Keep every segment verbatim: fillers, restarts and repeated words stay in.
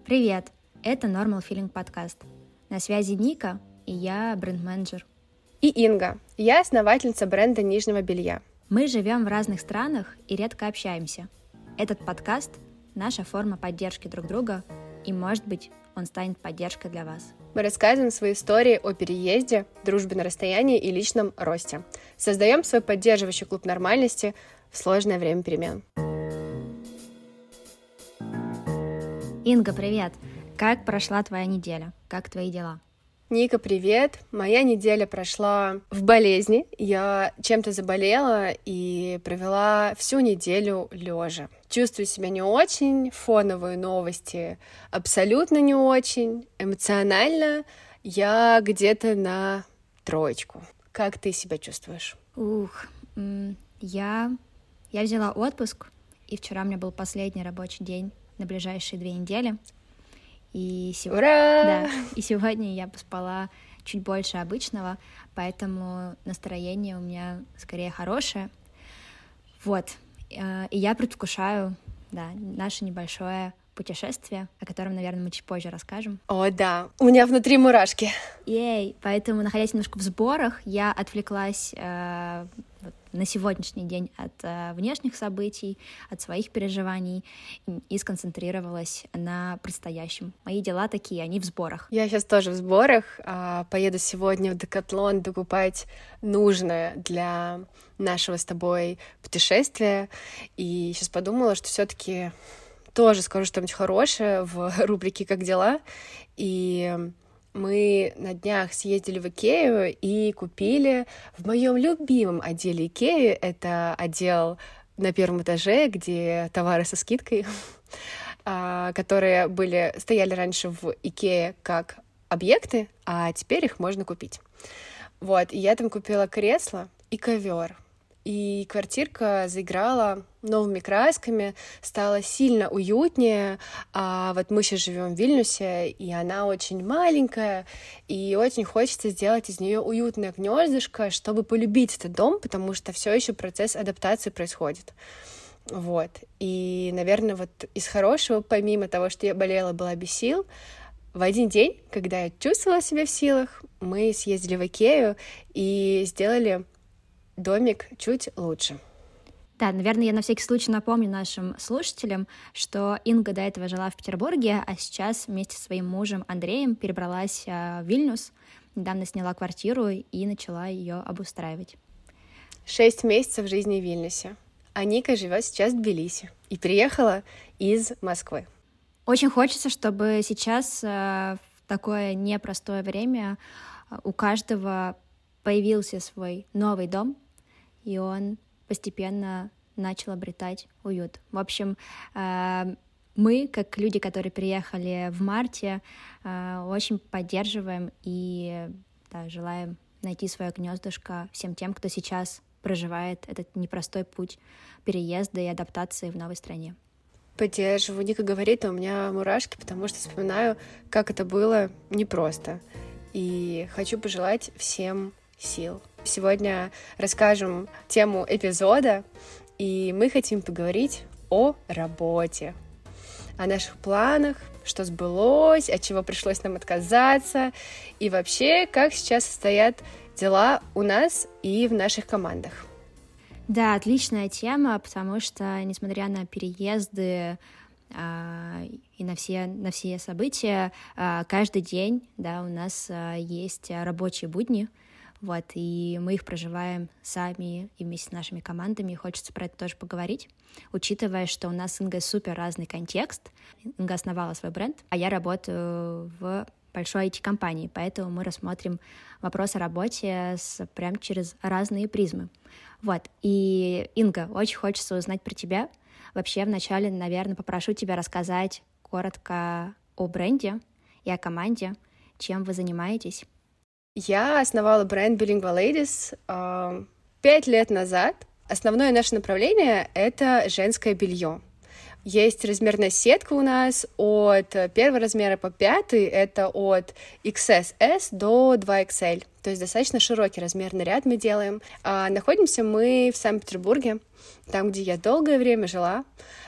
Привет! Это Normal Feeling подкаст. На связи Ника, и я бренд-менеджер. И Инга. Я основательница бренда нижнего белья. Мы живем в разных странах и редко общаемся. Этот подкаст — наша форма поддержки друг друга, и, может быть, он станет поддержкой для вас. Мы рассказываем свои истории о переезде, дружбе на расстоянии и личном росте. Создаем свой поддерживающий клуб нормальности в сложное время перемен. Инга, привет! Как прошла твоя неделя? Как твои дела? Ника, привет! Моя неделя прошла в болезни. Я чем-то заболела и провела всю неделю лежа. Чувствую себя не очень, фоновые новости абсолютно не очень. Эмоционально я где-то на троечку. Как ты себя чувствуешь? Ух, я, я взяла отпуск, и вчера у меня был последний рабочий день на ближайшие две недели. И, сего... Ура! Да. И сегодня я поспала чуть больше обычного, поэтому настроение у меня скорее хорошее. Вот. И я предвкушаю, да, наше небольшое путешествие, о котором, наверное, мы чуть позже расскажем. О, да, у меня внутри мурашки. Ей, поэтому, находясь немножко в сборах, я отвлеклась э, вот, на сегодняшний день от э, внешних событий, от своих переживаний и, и сконцентрировалась на предстоящем. Мои дела такие, они в сборах. Я сейчас тоже в сборах. Э, поеду сегодня в Декатлон докупать нужное для нашего с тобой путешествия. И сейчас подумала, что все-таки тоже скажу что-нибудь хорошее в рубрике «Как дела?». И мы на днях съездили в Икею и купили в моем любимом отделе Икеи, это отдел на первом этаже, где товары со скидкой, которые были, стояли раньше в Икее как объекты, а теперь их можно купить. Вот, и я там купила кресло и ковер. И квартирка заиграла новыми красками, стала сильно уютнее. А вот мы сейчас живем в Вильнюсе, и она очень маленькая, и очень хочется сделать из нее уютное гнездышко, чтобы полюбить этот дом, потому что все еще процесс адаптации происходит. Вот. И, наверное, вот из хорошего, помимо того, что я болела, была без сил, в один день, когда я чувствовала себя в силах, мы съездили в Икею и сделали домик чуть лучше. Да, наверное, я на всякий случай напомню нашим слушателям, что Инга до этого жила в Петербурге, а сейчас вместе со своим мужем Андреем перебралась в Вильнюс, недавно сняла квартиру и начала ее обустраивать. Шесть месяцев жизни в Вильнюсе, а Ника живет сейчас в Тбилиси и приехала из Москвы. Очень хочется, чтобы сейчас в такое непростое время у каждого появился свой новый дом, и он постепенно начал обретать уют. В общем, мы, как люди, которые приехали в марте, очень поддерживаем и да, желаем найти свое гнездышко всем тем, кто сейчас проживает этот непростой путь переезда и адаптации в новой стране. Поддерживаю. Ника говорит, а у меня мурашки, потому что вспоминаю, как это было непросто. И хочу пожелать всем сил. Сегодня расскажем тему эпизода, и мы хотим поговорить о работе, о наших планах, что сбылось, от чего пришлось нам отказаться, и вообще, как сейчас стоят дела у нас и в наших командах. Да, отличная тема, потому что, несмотря на переезды а, и на все, на все события, а, каждый день, да, у нас а, есть рабочие будни. Вот, и мы их проживаем сами и вместе с нашими командами, и хочется про это тоже поговорить, учитывая, что у нас с Ингой супер разный контекст. Инга основала свой бренд, а я работаю в большой ай ти-компании, поэтому мы рассмотрим вопрос о работе с, прям через разные призмы. Вот, и, Инга, очень хочется узнать про тебя. Вообще, вначале, наверное, попрошу тебя рассказать коротко о бренде и о команде, чем вы занимаетесь. Я основала бренд Bilingual Ladies э, пять лет назад. Основное наше направление — это женское белье. Есть размерная сетка у нас от первого размера по пятый, это от икс эс эс до два икс эль, то есть достаточно широкий размерный ряд мы делаем. А находимся мы в Санкт-Петербурге, там, где я долгое время жила.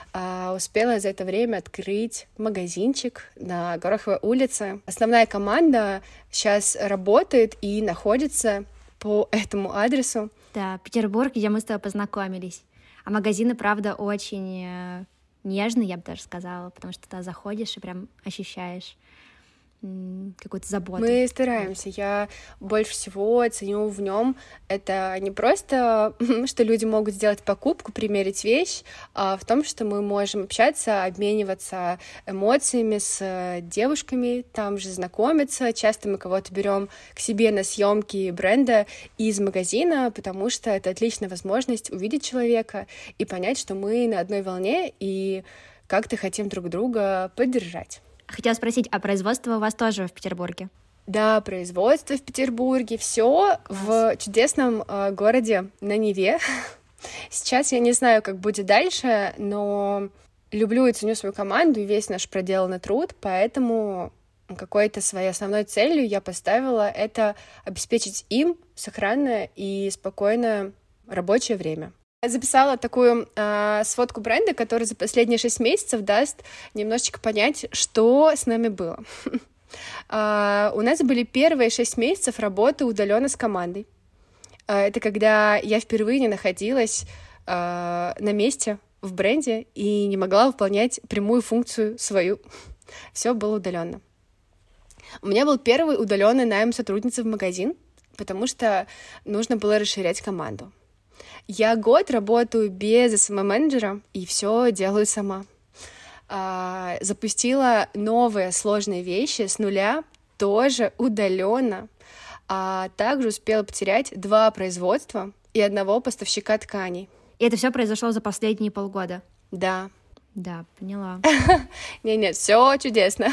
а, успела за это время открыть магазинчик на Гороховой улице. Основная команда сейчас работает и находится по этому адресу. Да, Петербург, где мы с тобой познакомились. А магазины, правда, очень э, нежные, я бы даже сказала, потому что туда заходишь и прям ощущаешь какую-то заботу. Мы стараемся. Я больше всего ценю в нем это не просто, что люди могут сделать покупку, примерить вещь, а в том, что мы можем общаться, обмениваться эмоциями с девушками, там же знакомиться. Часто мы кого-то берем к себе на съемки бренда из магазина, потому что это отличная возможность увидеть человека и понять, что мы на одной волне и как-то хотим друг друга поддержать. Хотела спросить, а производство у вас тоже в Петербурге? Да, производство в Петербурге, все в чудесном э, городе на Неве. Сейчас я не знаю, как будет дальше, но люблю и ценю свою команду и весь наш проделанный труд, поэтому какой-то своей основной целью я поставила это обеспечить им сохранное и спокойное рабочее время. Я записала такую э, сводку бренда, которая за последние шесть месяцев даст немножечко понять, что с нами было. Uh, у нас были первые шесть месяцев работы удаленно с командой. Uh, это когда я впервые не находилась uh, на месте в бренде и не могла выполнять прямую функцию свою. Все было удаленно. У меня был первый удаленный найм сотрудницы в магазин, потому что нужно было расширять команду. Я год работаю без эс эм эм-менеджера и все делаю сама. Uh, запустила новые сложные вещи с нуля, тоже удаленно, а также успела потерять два производства и одного поставщика тканей. И это все произошло за последние полгода? Да. Да, поняла. Не-нет, все чудесно.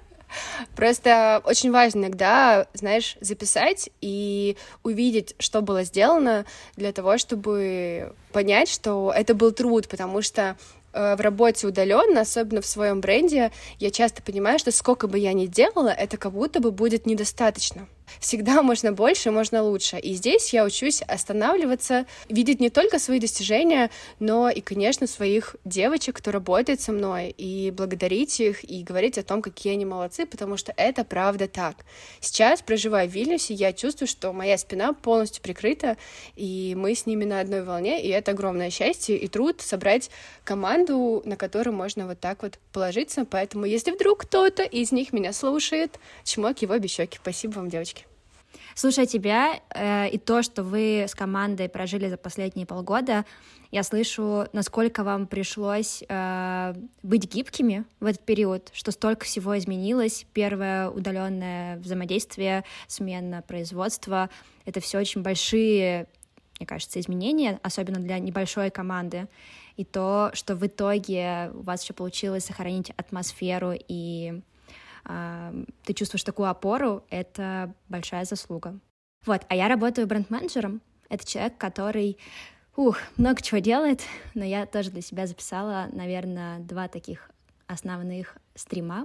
Просто очень важно иногда, знаешь, записать и увидеть, что было сделано, для того, чтобы понять, что это был труд, потому что в работе удаленно, особенно в своем бренде, я часто понимаю, что сколько бы я ни делала, это как будто бы будет недостаточно. Всегда можно больше, можно лучше. И здесь я учусь останавливаться, видеть не только свои достижения, но и, конечно, своих девочек, кто работает со мной, и благодарить их, и говорить о том, какие они молодцы, потому что это правда так. Сейчас, проживая в Вильнюсе, я чувствую, что моя спина полностью прикрыта, и мы с ними на одной волне, и это огромное счастье и труд собрать команду, на которую можно вот так вот положиться. Поэтому, если вдруг кто-то из них меня слушает, чмок его обе щеки. Спасибо вам, девочки. Слушая тебя э, и то, что вы с командой прожили за последние полгода, я слышу, насколько вам пришлось э, быть гибкими в этот период, что столько всего изменилось. Первое удаленное взаимодействие, смена производства — это все очень большие, мне кажется, изменения, особенно для небольшой команды. И то, что в итоге у вас еще получилось сохранить атмосферу и ты чувствуешь такую опору, это большая заслуга. Вот, а я работаю бренд-менеджером. Это человек, который, ух, много чего делает, но я тоже для себя записала, наверное, два таких основных стрима.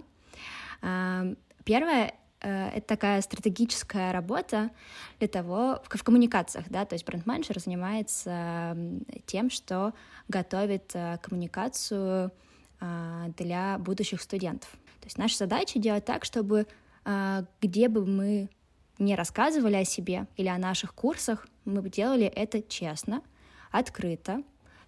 Первое — это такая стратегическая работа для того, в коммуникациях, да, то есть бренд-менеджер занимается тем, что готовит коммуникацию для будущих студентов. То есть наша задача делать так, чтобы э, где бы мы ни рассказывали о себе или о наших курсах, мы бы делали это честно, открыто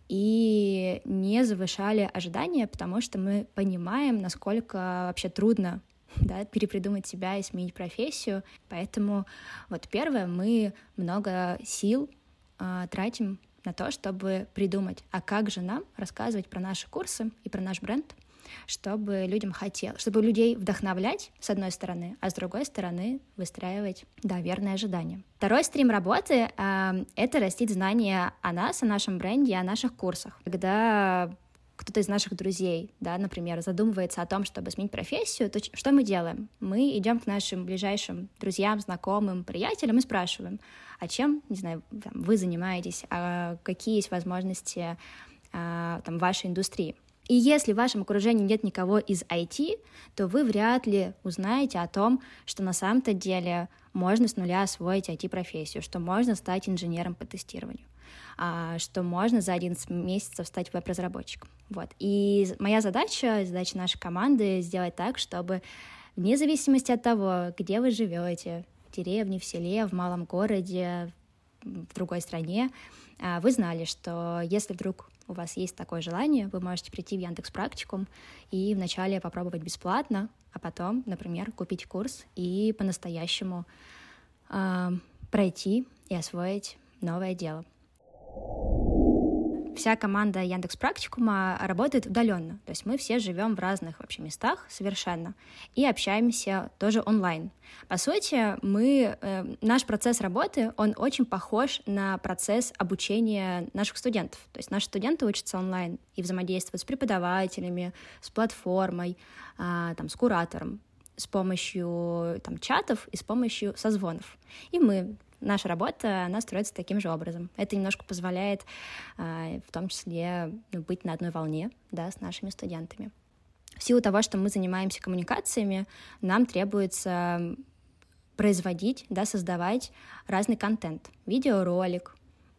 и не завышали ожидания, потому что мы понимаем, насколько вообще трудно, да, перепридумать себя и сменить профессию. Поэтому вот первое, мы много сил э, тратим на то, чтобы придумать, а как же нам рассказывать про наши курсы и про наш бренд, чтобы людям хотелось, чтобы людей вдохновлять, с одной стороны, а с другой стороны выстраивать, да, верные ожидания. Второй стрим работы э, — это растить знания о нас, о нашем бренде, о наших курсах. Когда кто-то из наших друзей, да, например, задумывается о том, чтобы сменить профессию, то что мы делаем? Мы идем к нашим ближайшим друзьям, знакомым, приятелям и спрашиваем, а чем, не знаю, там, вы занимаетесь, а какие есть возможности а, там, в вашей индустрии. И если в вашем окружении нет никого из ай ти, то вы вряд ли узнаете о том, что на самом-то деле можно с нуля освоить ай ти-профессию, что можно стать инженером по тестированию. что можно за одиннадцать месяцев стать веб-разработчиком. Вот. И моя задача, задача нашей команды — сделать так, чтобы вне зависимости от того, где вы живете, в деревне, в селе, в малом городе, в другой стране, вы знали, что если вдруг у вас есть такое желание, вы можете прийти в Яндекс.Практикум и вначале попробовать бесплатно, а потом, например, купить курс и по-настоящему э, пройти и освоить новое дело. Вся команда Яндекс.Практикума работает удаленно, то есть мы все живем в разных вообще местах совершенно и общаемся тоже онлайн. По сути, мы, э, наш процесс работы, он очень похож на процесс обучения наших студентов. То есть наши студенты учатся онлайн и взаимодействуют с преподавателями, с платформой, э, там, с куратором, с помощью там, чатов и с помощью созвонов. И мы Наша работа, она строится таким же образом. Это немножко позволяет, в том числе, ну, быть на одной волне, да, с нашими студентами. В силу того, что мы занимаемся коммуникациями, нам требуется производить, да, создавать разный контент. Видеоролик,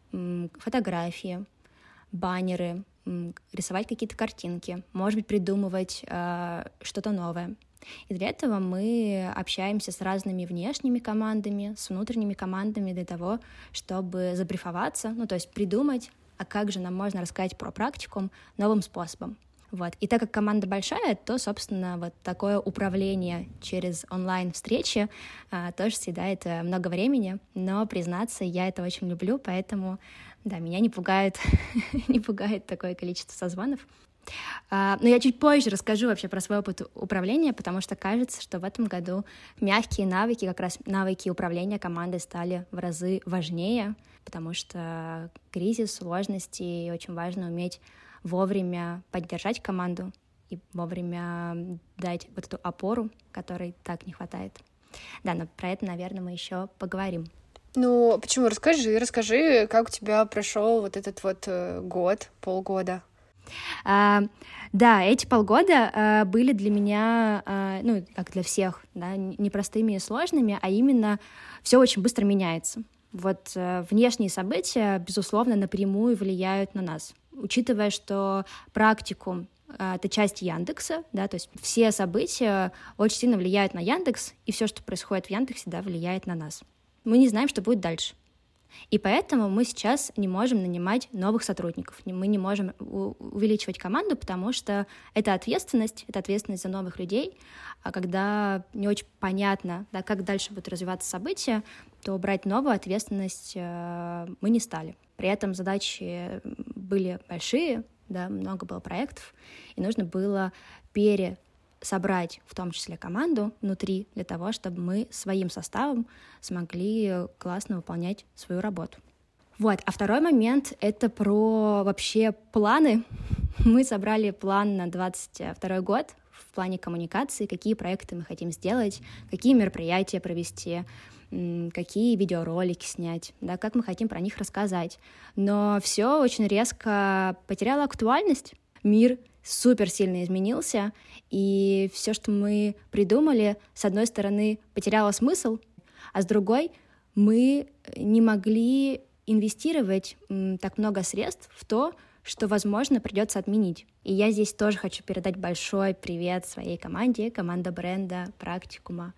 фотографии, баннеры, рисовать какие-то картинки, может быть, придумывать э, что-то новое. И для этого мы общаемся с разными внешними командами, с внутренними командами для того, чтобы забрифоваться, ну, то есть придумать, а как же нам можно рассказать про практикум новым способом. Вот. И так как команда большая, то, собственно, вот такое управление через онлайн-встречи а, тоже съедает много времени, но, признаться, я это очень люблю, поэтому, да, меня не пугает, не пугает такое количество созвонов. А, но я чуть позже расскажу вообще про свой опыт управления, потому что кажется, что в этом году мягкие навыки, как раз навыки управления командой стали в разы важнее, потому что кризис, сложности, и очень важно уметь вовремя поддержать команду и вовремя дать вот эту опору, которой так не хватает. Да, но про это, наверное, мы еще поговорим. Ну, почему? Расскажи, расскажи, как у тебя прошел вот этот вот год, полгода. А, да, эти полгода а, были для меня, а, ну, как для всех, да, непростыми и сложными, а именно все очень быстро меняется. Вот а, внешние события, безусловно, напрямую влияют на нас. Учитывая, что практикум — это часть Яндекса, да, то есть все события очень сильно влияют на Яндекс, и все, что происходит в Яндексе, да, влияет на нас. Мы не знаем, что будет дальше. И поэтому мы сейчас не можем нанимать новых сотрудников, мы не можем увеличивать команду, потому что это ответственность, это ответственность за новых людей, а когда не очень понятно, да, как дальше будут развиваться события, то брать новую ответственность э, мы не стали. При этом задачи были большие, да, много было проектов, и нужно было пересобрать в том числе команду внутри для того, чтобы мы своим составом смогли классно выполнять свою работу. Вот. А второй момент — это про вообще планы. Мы собрали план на двадцать второй год в плане коммуникации, какие проекты мы хотим сделать, какие мероприятия провести, какие видеоролики снять, да, как мы хотим про них рассказать. Но все очень резко потеряло актуальность. Мир супер сильно изменился, и все, что мы придумали, с одной стороны, потеряло смысл, а с другой мы не могли инвестировать м, так много средств в то, что, возможно, придется отменить. И я здесь тоже хочу передать большой привет своей команде, команда бренда Практикума.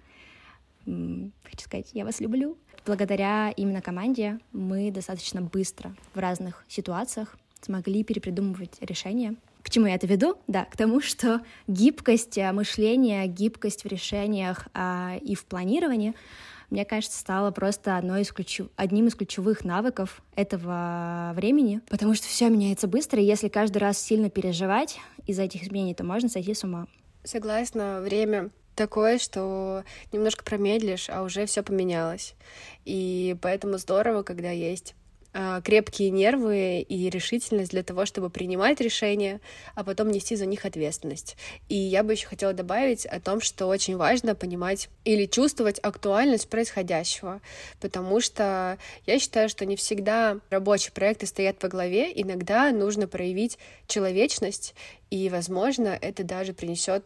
Хочу сказать, я вас люблю. Благодаря именно команде мы достаточно быстро в разных ситуациях смогли перепридумывать решения. К чему я это веду? Да, к тому, что гибкость мышления, гибкость в решениях а, и в планировании, мне кажется, стала просто одной из ключев... одним из ключевых навыков этого времени, потому что все меняется быстро, и если каждый раз сильно переживать из-за этих изменений, то можно сойти с ума. Согласна, время такое, что немножко промедлишь, а уже все поменялось. И поэтому здорово, когда есть э, крепкие нервы и решительность для того, чтобы принимать решения, а потом нести за них ответственность. И я бы еще хотела добавить о том, что очень важно понимать или чувствовать актуальность происходящего, потому что я считаю, что не всегда рабочие проекты стоят во главе, иногда нужно проявить человечность, и, возможно, это даже принесет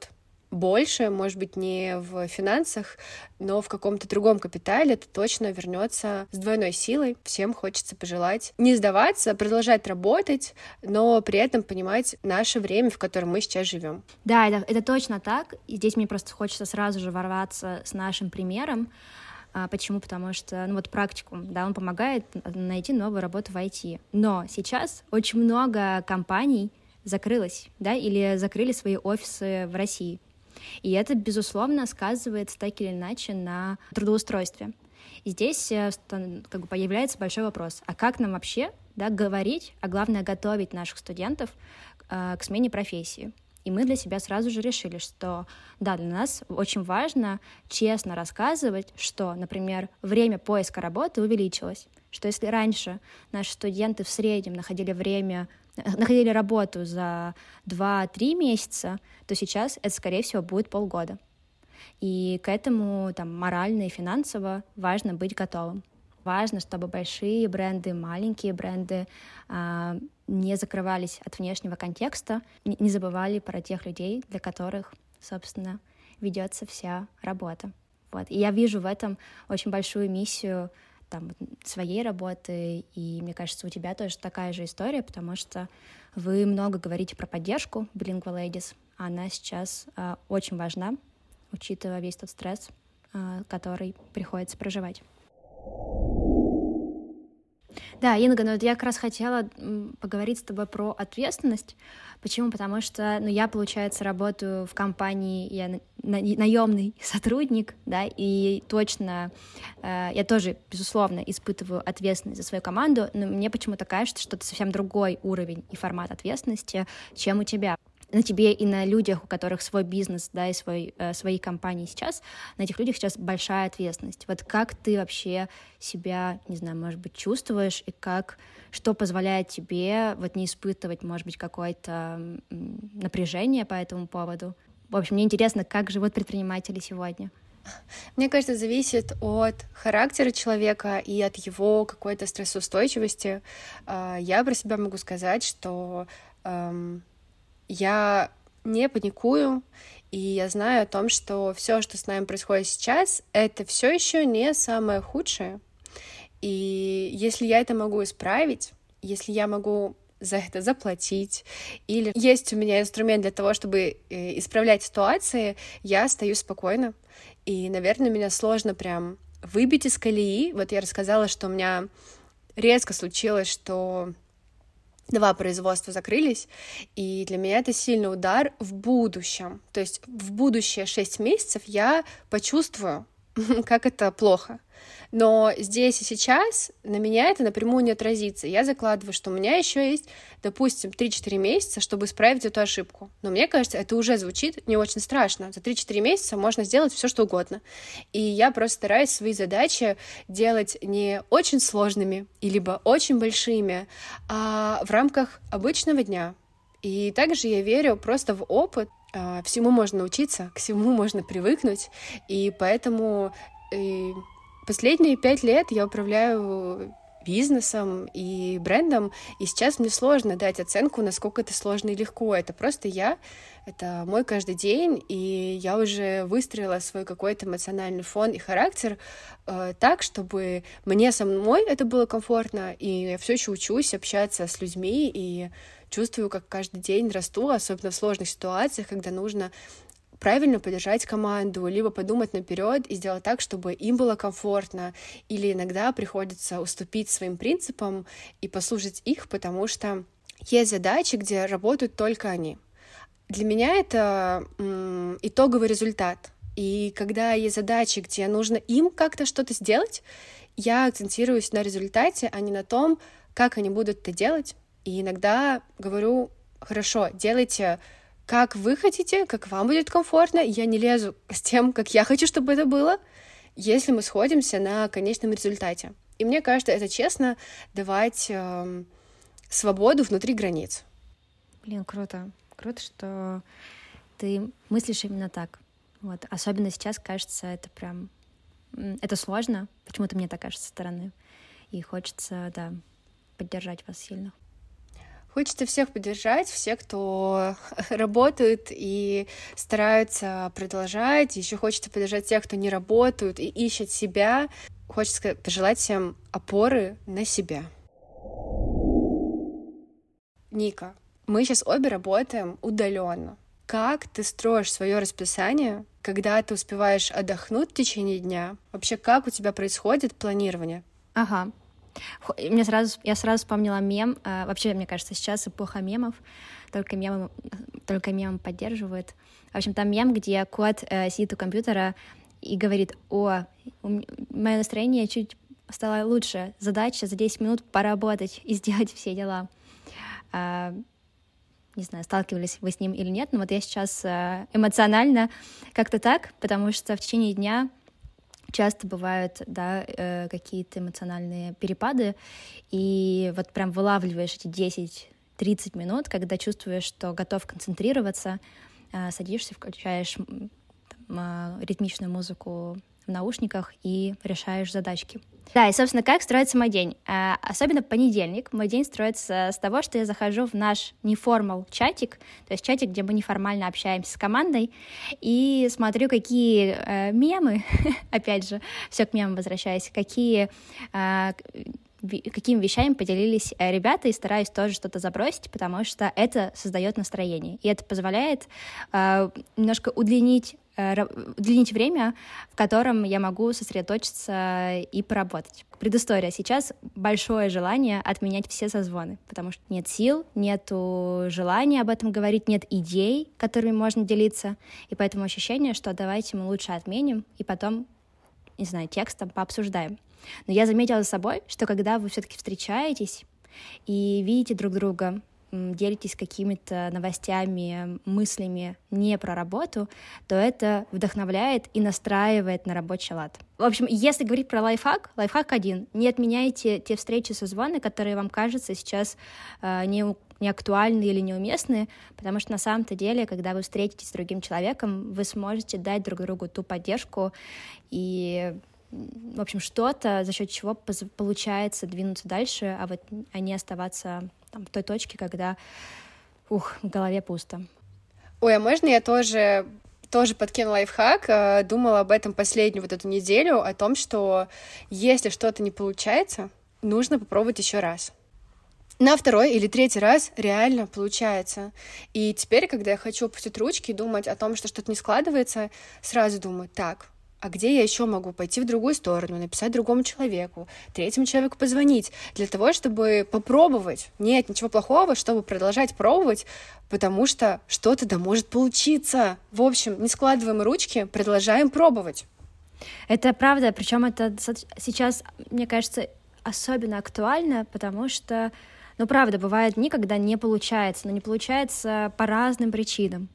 больше, может быть, не в финансах, но в каком-то другом капитале, это точно вернется с двойной силой. Всем хочется пожелать не сдаваться, продолжать работать, но при этом понимать наше время, в котором мы сейчас живем. Да, это, это точно так. И здесь мне просто хочется сразу же ворваться с нашим примером. А, почему? Потому что, ну вот практикум, да, он помогает найти новую работу в ай ти. Но сейчас очень много компаний закрылось, да, или закрыли свои офисы в России. И это, безусловно, сказывается так или иначе на трудоустройстве. И здесь как бы появляется большой вопрос, а как нам вообще, да, говорить, а главное готовить наших студентов э, к смене профессии? И мы для себя сразу же решили, что да, для нас очень важно честно рассказывать, что, например, время поиска работы увеличилось, что если раньше наши студенты в среднем находили время находили работу за два-три месяца, то сейчас это, скорее всего, будет полгода. И к этому там, морально и финансово важно быть готовым. Важно, чтобы большие бренды, маленькие бренды а, не закрывались от внешнего контекста, не забывали про тех людей, для которых, собственно, ведется вся работа. Вот. И я вижу в этом очень большую миссию там, своей работы, и мне кажется, у тебя тоже такая же история, потому что вы много говорите про поддержку Bilingual Ladies, а она сейчас а, очень важна, учитывая весь тот стресс, а, который приходится проживать. Да, Инга, ну я как раз хотела поговорить с тобой про ответственность. Почему? Потому что, ну, я, получается, работаю в компании, я на- на- наемный сотрудник, да, и точно э, я тоже, безусловно, испытываю ответственность за свою команду, но мне почему-то кажется, что это совсем другой уровень и формат ответственности, чем у тебя. На тебе и на людях, у которых свой бизнес, да, и свой, э, свои компании сейчас, на этих людях сейчас большая ответственность. Вот как ты вообще себя, не знаю, может быть, чувствуешь, и как, что позволяет тебе вот не испытывать, может быть, какое-то м, напряжение по этому поводу? В общем, мне интересно, как живут предприниматели сегодня. Мне кажется, зависит от характера человека и от его какой-то стрессоустойчивости. Я про себя могу сказать, что эм, я не паникую, и я знаю о том, что все, что с нами происходит сейчас, это все еще не самое худшее. И если я это могу исправить, если я могу за это заплатить, или есть у меня инструмент для того, чтобы исправлять ситуации, я стою спокойно. И, наверное, меня сложно прям выбить из колеи. Вот я рассказала, что у меня резко случилось, что два производства закрылись, и для меня это сильный удар в будущем. То есть в будущие шесть месяцев я почувствую, как это плохо. Но здесь и сейчас на меня это напрямую не отразится. Я закладываю, что у меня еще есть, допустим, три-четыре месяца, чтобы исправить эту ошибку. Но мне кажется, это уже звучит не очень страшно. За три-четыре месяца можно сделать все, что угодно. И я просто стараюсь свои задачи делать не очень сложными, и либо очень большими, а в рамках обычного дня. И также я верю просто в опыт. Всему можно научиться, к всему можно привыкнуть. И поэтому... И последние пять лет я управляю бизнесом и брендом, и сейчас мне сложно дать оценку, насколько это сложно и легко. Это просто я, это мой каждый день, и я уже выстроила свой какой-то эмоциональный фон и характер э, так, чтобы мне самой это было комфортно, и я все еще учусь общаться с людьми, и чувствую, как каждый день расту, особенно в сложных ситуациях, когда нужно правильно поддержать команду, либо подумать наперед и сделать так, чтобы им было комфортно, или иногда приходится уступить своим принципам и послушать их, потому что есть задачи, где работают только они. Для меня это м, итоговый результат. И когда есть задачи, где нужно им как-то что-то сделать, я акцентируюсь на результате, а не на том, как они будут это делать. И иногда говорю: хорошо, делайте как вы хотите, как вам будет комфортно. Я не лезу с тем, как я хочу, чтобы это было, если мы сходимся на конечном результате. И мне кажется, это честно давать э, свободу внутри границ. Блин, круто. Круто, что ты мыслишь именно так. Вот. Особенно сейчас, кажется, это прям... Это сложно. Почему-то мне так кажется со стороны. И хочется, да, поддержать вас сильно. Хочется всех поддержать, все, кто работают и стараются продолжать. Еще хочется поддержать тех, кто не работают и ищет себя. Хочется пожелать всем опоры на себя. Ника, мы сейчас обе работаем удаленно. Как ты строишь свое расписание, когда ты успеваешь отдохнуть в течение дня? Вообще, как у тебя происходит планирование? Ага. Мне сразу, я сразу вспомнила мем. Вообще, мне кажется, сейчас эпоха мемов. Только мемы, только мемы поддерживают. В общем, там мем, где кот э, сидит у компьютера и говорит: о, мое настроение чуть стало лучше. Задача за десять минут поработать и сделать все дела. А, не знаю, сталкивались вы с ним или нет, но вот я сейчас эмоционально как-то так, потому что в течение дня часто бывают, да, какие-то эмоциональные перепады, и вот прям вылавливаешь эти десять-тридцать минут, когда чувствуешь, что готов концентрироваться, садишься, включаешь там ритмичную музыку в наушниках и решаешь задачки. Да, и, собственно, как строится мой день? А, особенно понедельник. Мой день строится с того, что я захожу в наш неформал чатик, то есть чатик, где мы неформально общаемся с командой, и смотрю, какие э, мемы, опять же, все к мемам возвращаясь, какие... Э, какими вещами поделились ребята, и стараюсь тоже что-то забросить, потому что это создает настроение. И это позволяет э, немножко удлинить, э, удлинить время, в котором я могу сосредоточиться и поработать. Предыстория. Сейчас большое желание отменять все созвоны, потому что нет сил, нету желания об этом говорить, нет идей, которыми можно делиться, и поэтому ощущение, что давайте мы лучше отменим, и потом, не знаю, текстом пообсуждаем. Но я заметила за собой, что когда вы все-таки встречаетесь и видите друг друга, делитесь какими-то новостями, мыслями не про работу, то это вдохновляет и настраивает на рабочий лад. В общем, если говорить про лайфхак, лайфхак один. Не отменяйте те встречи, созвоны, которые вам кажутся сейчас э, не, не актуальны или неуместны, потому что на самом-то деле, когда вы встретитесь с другим человеком, вы сможете дать друг другу ту поддержку и... в общем, что-то, за счет чего получается двинуться дальше, а вот а не оставаться там, в той точке, когда, ух, в голове пусто. Ой, а можно я тоже, тоже подкину лайфхак? Думала об этом последнюю вот эту неделю, о том, что если что-то не получается, нужно попробовать еще раз. На второй или третий раз реально получается. И теперь, когда я хочу опустить ручки и думать о том, что что-то не складывается, сразу думаю: так, а где я еще могу пойти в другую сторону, написать другому человеку, третьему человеку позвонить, для того, чтобы попробовать. Нет ничего плохого, чтобы продолжать пробовать, потому что что-то да может получиться. В общем, не складываем ручки, продолжаем пробовать. Это правда, причем это сейчас, мне кажется, особенно актуально, потому что, ну правда, бывают дни, когда не получается, но не получается по разным причинам.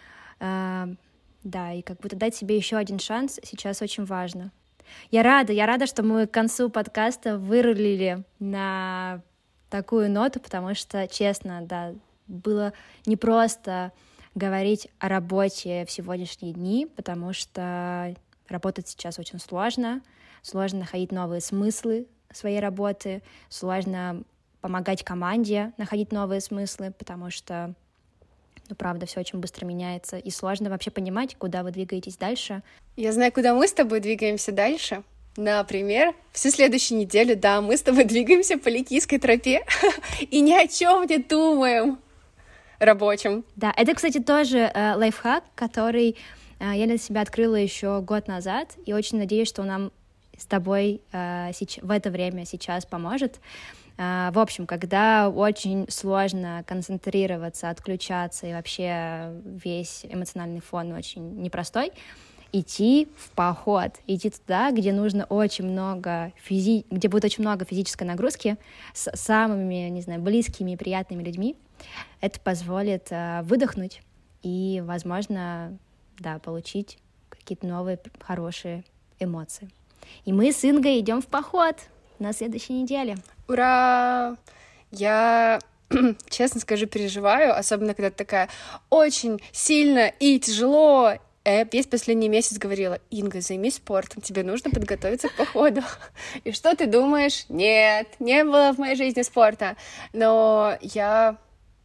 Да, и как будто дать себе еще один шанс сейчас очень важно. Я рада, я рада, что мы к концу подкаста вырулили на такую ноту, потому что, честно, да, было непросто говорить о работе в сегодняшние дни, потому что работать сейчас очень сложно, сложно находить новые смыслы своей работы, сложно помогать команде находить новые смыслы, потому что ну, правда, все очень быстро меняется, и сложно вообще понимать, куда вы двигаетесь дальше. Я знаю, куда мы с тобой двигаемся дальше. Например, всю следующую неделю, да, мы с тобой двигаемся по Ликийской тропе и ни о чем не думаем рабочем. Да, это, кстати, тоже э, лайфхак, который э, я для себя открыла еще год назад, и очень надеюсь, что он нам с тобой э, сеч- в это время сейчас поможет. В общем, когда очень сложно концентрироваться, отключаться, и вообще весь эмоциональный фон очень непростой, идти в поход, идти туда, где нужно очень много физи... где будет очень много физической нагрузки с самыми, не знаю, близкими и приятными людьми, это позволит выдохнуть и, возможно, да, получить какие-то новые хорошие эмоции. И мы с Ингой идем в поход на следующей неделе. Ура! Я, честно скажу, переживаю, особенно когда ты такая очень сильно и тяжело. Я весь последний месяц говорила: Инга, займись спортом, тебе нужно подготовиться к походу. И что ты думаешь? Нет, не было в моей жизни спорта. Но я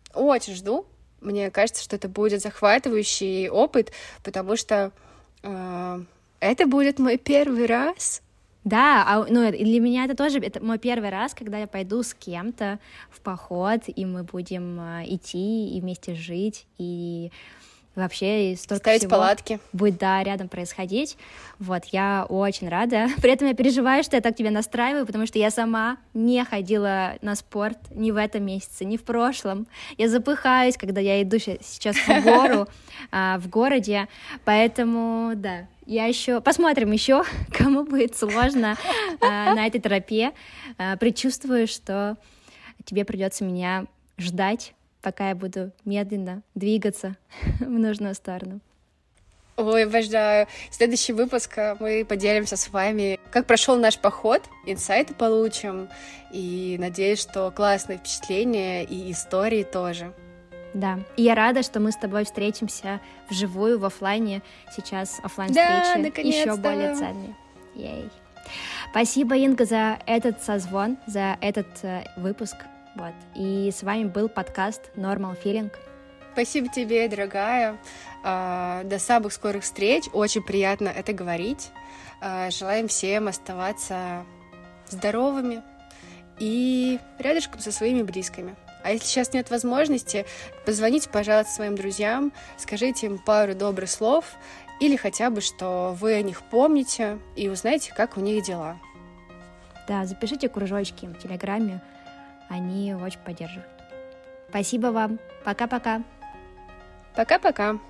Очень жду. Мне кажется, что это будет захватывающий опыт, потому что э, это будет мой первый раз. Да, а, ну, для меня это тоже это мой первый раз, когда я пойду с кем-то в поход, и мы будем а, идти и вместе жить, и вообще столько ставить всего палатки. Будет, да, рядом происходить. Вот, я очень рада. При этом я переживаю, что я так тебя настраиваю, потому что я сама не ходила на спорт ни в этом месяце, ни в прошлом. Я запыхаюсь, когда я иду сейчас в гору, в городе, поэтому, да, я еще... Посмотрим еще, кому будет сложно на этой тропе. Предчувствую, что тебе придется меня ждать, пока я буду медленно двигаться в нужную сторону. Ой, обожаю. Следующий выпуск мы поделимся с вами, как прошел наш поход, инсайты получим, и надеюсь, что классные впечатления и истории тоже. Да, и я рада, что мы с тобой встретимся вживую, в офлайне. Сейчас офлайн да, встречи еще более ценные. Ей. Спасибо, Инга, за этот созвон, за этот э, выпуск. Вот. И с вами был подкаст Normal Feeling. Спасибо тебе, дорогая. До самых скорых встреч. Очень приятно это говорить. Желаем всем оставаться здоровыми и рядышком со своими близкими. А если сейчас нет возможности, позвоните, пожалуйста, своим друзьям, скажите им пару добрых слов или хотя бы, что вы о них помните и узнаете, как у них дела. Да, запишите кружочки в Телеграме. Они очень поддерживают. Спасибо вам. Пока-пока. Пока-пока.